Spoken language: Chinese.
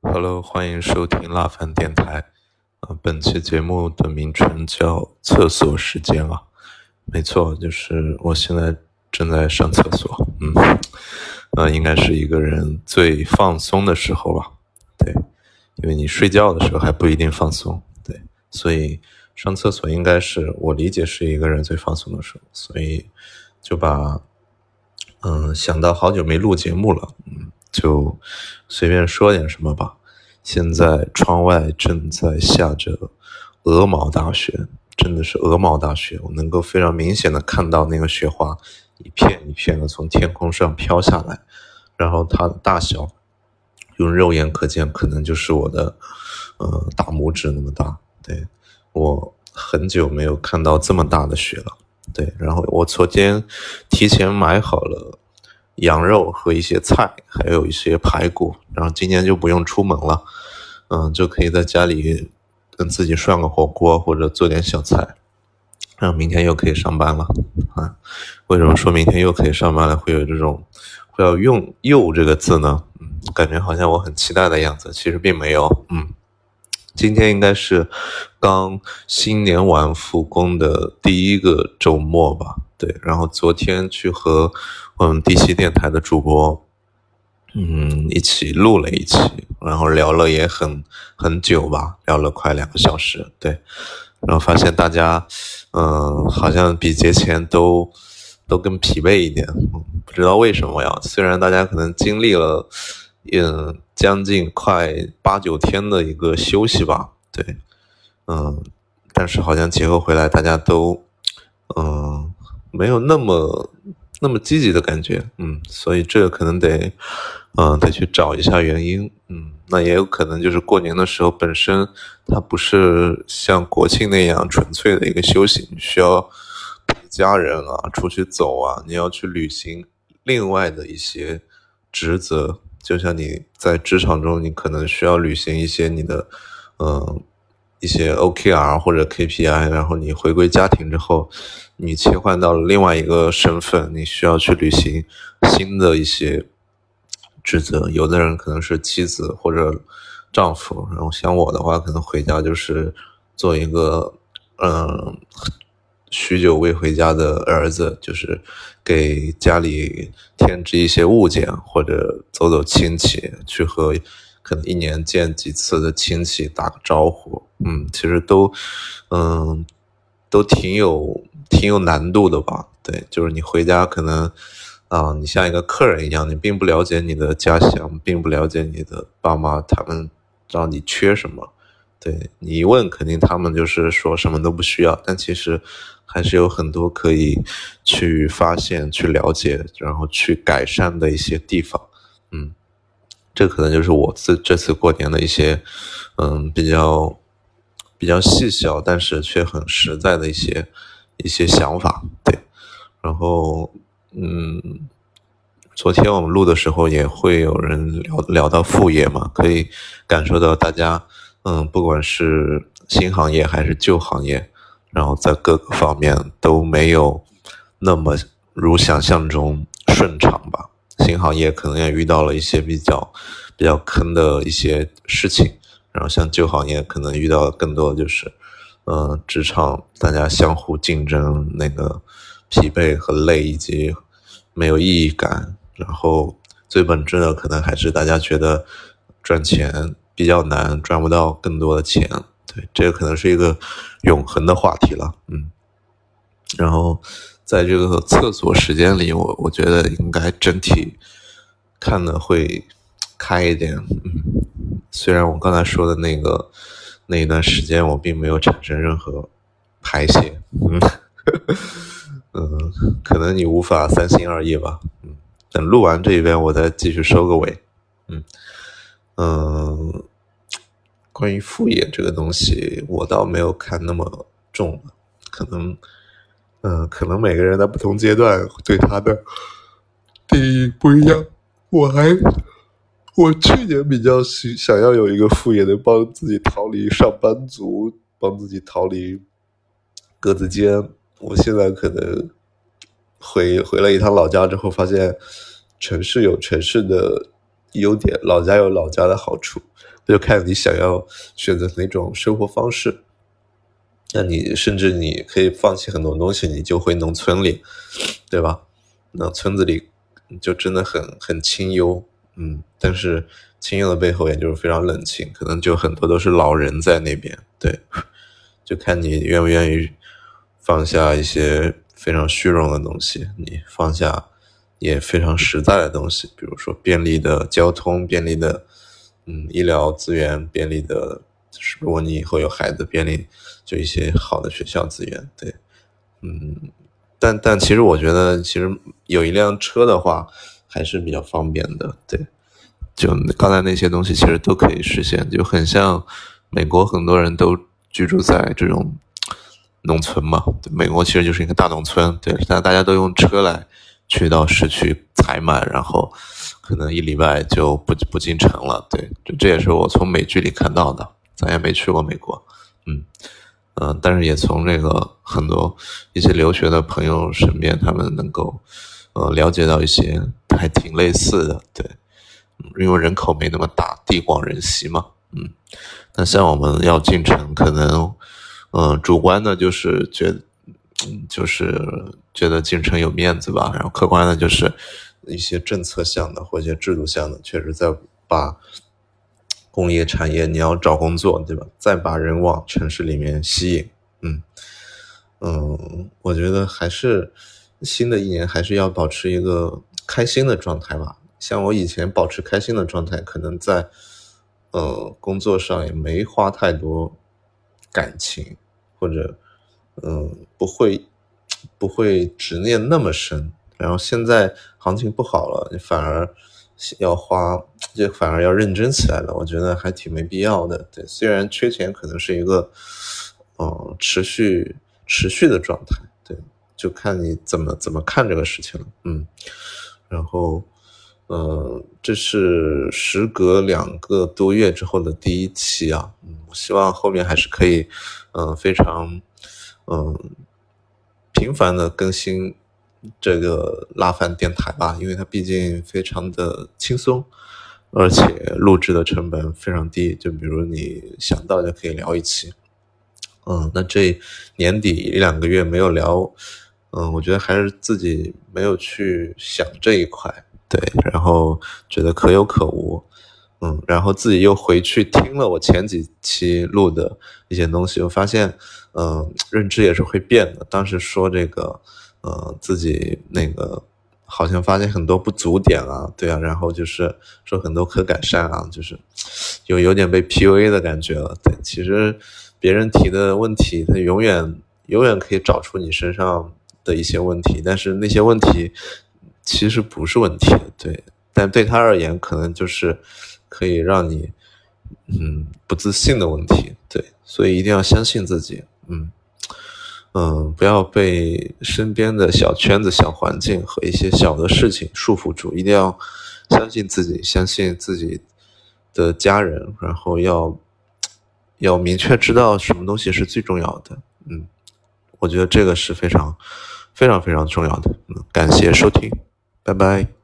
Hello，欢迎收听辣饭电台。本期节目的名称叫厕所时间啊，没错，就是我现在正在上厕所。应该是一个人最放松的时候吧。对，因为你睡觉的时候还不一定放松，对，所以上厕所应该是我理解是一个人最放松的时候，所以就把想到好久没录节目了，就随便说点什么吧。现在窗外正在下着鹅毛大雪，真的是鹅毛大雪，我能够非常明显的看到那个雪花一片一片的从天空上飘下来，然后它的大小用肉眼可见，可能就是我的大拇指那么大。对，我很久没有看到这么大的雪了。对，然后我昨天提前买好了羊肉和一些菜，还有一些排骨，然后今天就不用出门了，就可以在家里跟自己涮个火锅或者做点小菜，然后明天又可以上班了啊。为什么说明天又可以上班了？会有这种会要用又这个字呢？感觉好像我很期待的样子，其实并没有。今天应该是刚新年完复工的第一个周末吧。对，然后昨天去和我们第七电台的主播一起录了一期，然后聊了也很久吧，聊了快2个小时。对，然后发现大家好像比节前都更疲惫一点。不知道为什么呀，虽然大家可能经历了将近快8、9天的一个休息吧。对，但是好像节后回来大家都没有那么积极的感觉。所以这个可能得去找一下原因。那也有可能就是过年的时候本身它不是像国庆那样纯粹的一个休息，你需要陪家人啊，出去走啊，你要去履行另外的一些职责。就像你在职场中，你可能需要履行一些你的一些 OKR 或者 KPI， 然后你回归家庭之后，你切换到了另外一个身份，你需要去履行新的一些职责。有的人可能是妻子或者丈夫，然后像我的话，可能回家就是做一个许久未回家的儿子，就是给家里添置一些物件，或者走走亲戚，去和可能1年见几次的亲戚打个招呼。其实都挺有难度的吧。对，就是你回家可能你像一个客人一样，你并不了解你的家乡，并不了解你的爸妈，他们知道你缺什么。对，你一问肯定他们就是说什么都不需要，但其实还是有很多可以去发现、去了解，然后去改善的一些地方。这可能就是我这次过年的一些比较细小但是却很实在的一些想法。对，然后昨天我们录的时候也会有人聊到副业嘛，可以感受到大家不管是新行业还是旧行业，然后在各个方面都没有那么如想象中顺畅吧。新行业可能也遇到了一些比较坑的一些事情，然后像旧行业可能遇到的更多就是职场大家相互竞争，那个疲惫和累以及没有意义感。然后最本质的可能还是大家觉得赚钱比较难，赚不到更多的钱。对，这个可能是一个永恒的话题了。然后在这个厕所时间里，我觉得应该整体看的会开一点。虽然我刚才说的那一段时间我并没有产生任何排泄。可能你无法三心二意吧。等录完这一边我再继续收个尾。关于副业这个东西，我倒没有看那么重，可能每个人在不同阶段对他的定义不一样。我去年比较想要有一个副业，能帮自己逃离上班族，帮自己逃离格子间。我现在可能回了一趟老家之后，发现城市有城市的优点，老家有老家的好处，就看你想要选择哪种生活方式。那你甚至你可以放弃很多东西，你就回农村里，对吧？那村子里就真的很清幽，但是清幽的背后也就是非常冷清，可能就很多都是老人在那边，对，就看你愿不愿意放下一些非常虚荣的东西，你放下也非常实在的东西，比如说便利的交通，便利的医疗资源，便利的，如果你以后有孩子，便利就一些好的学校资源，对，但其实我觉得，其实有一辆车的话还是比较方便的，对，就刚才那些东西其实都可以实现，就很像美国很多人都居住在这种农村嘛，美国其实就是一个大农村，对，但大家都用车来去到市区采买，然后可能一礼拜就不进城了，对，这也是我从美剧里看到的，咱也没去过美国，但是也从这个很多一些留学的朋友身边，他们能够了解到一些还挺类似的，对，因为人口没那么大，地广人稀嘛，那像我们要进城，可能主观的就是觉得进城有面子吧，然后客观的就是一些政策项的或者制度项的，确实在把工业产业你要找工作，对吧？再把人往城市里面吸引，我觉得还是新的一年还是要保持一个开心的状态吧。像我以前保持开心的状态，可能在工作上也没花太多感情，或者不会执念那么深。然后现在行情不好了，你反而要认真起来了，我觉得还挺没必要的。对，虽然缺钱可能是一个持续的状态，对，就看你怎么看这个事情了。然后这是时隔2个多月之后的第一期啊，我希望后面还是可以非常频繁的更新这个拉饭电台吧，因为它毕竟非常的轻松，而且录制的成本非常低，就比如你想到就可以聊一期。那这年底1-2个月没有聊，我觉得还是自己没有去想这一块，对，然后觉得可有可无，然后自己又回去听了我前几期录的一些东西，我发现，认知也是会变的。当时说这个，自己那个好像发现很多不足点啊，对啊，然后就是说很多可改善啊，就是有点被 PUA 的感觉了。对，其实别人提的问题，他永远可以找出你身上的一些问题，但是那些问题其实不是问题，对，但对他而言可能就是可以让你不自信的问题，对，所以一定要相信自己，不要被身边的小圈子、小环境和一些小的事情束缚住，一定要相信自己，相信自己的家人，然后要明确知道什么东西是最重要的，我觉得这个是非常非常非常重要的，感谢收听，拜拜。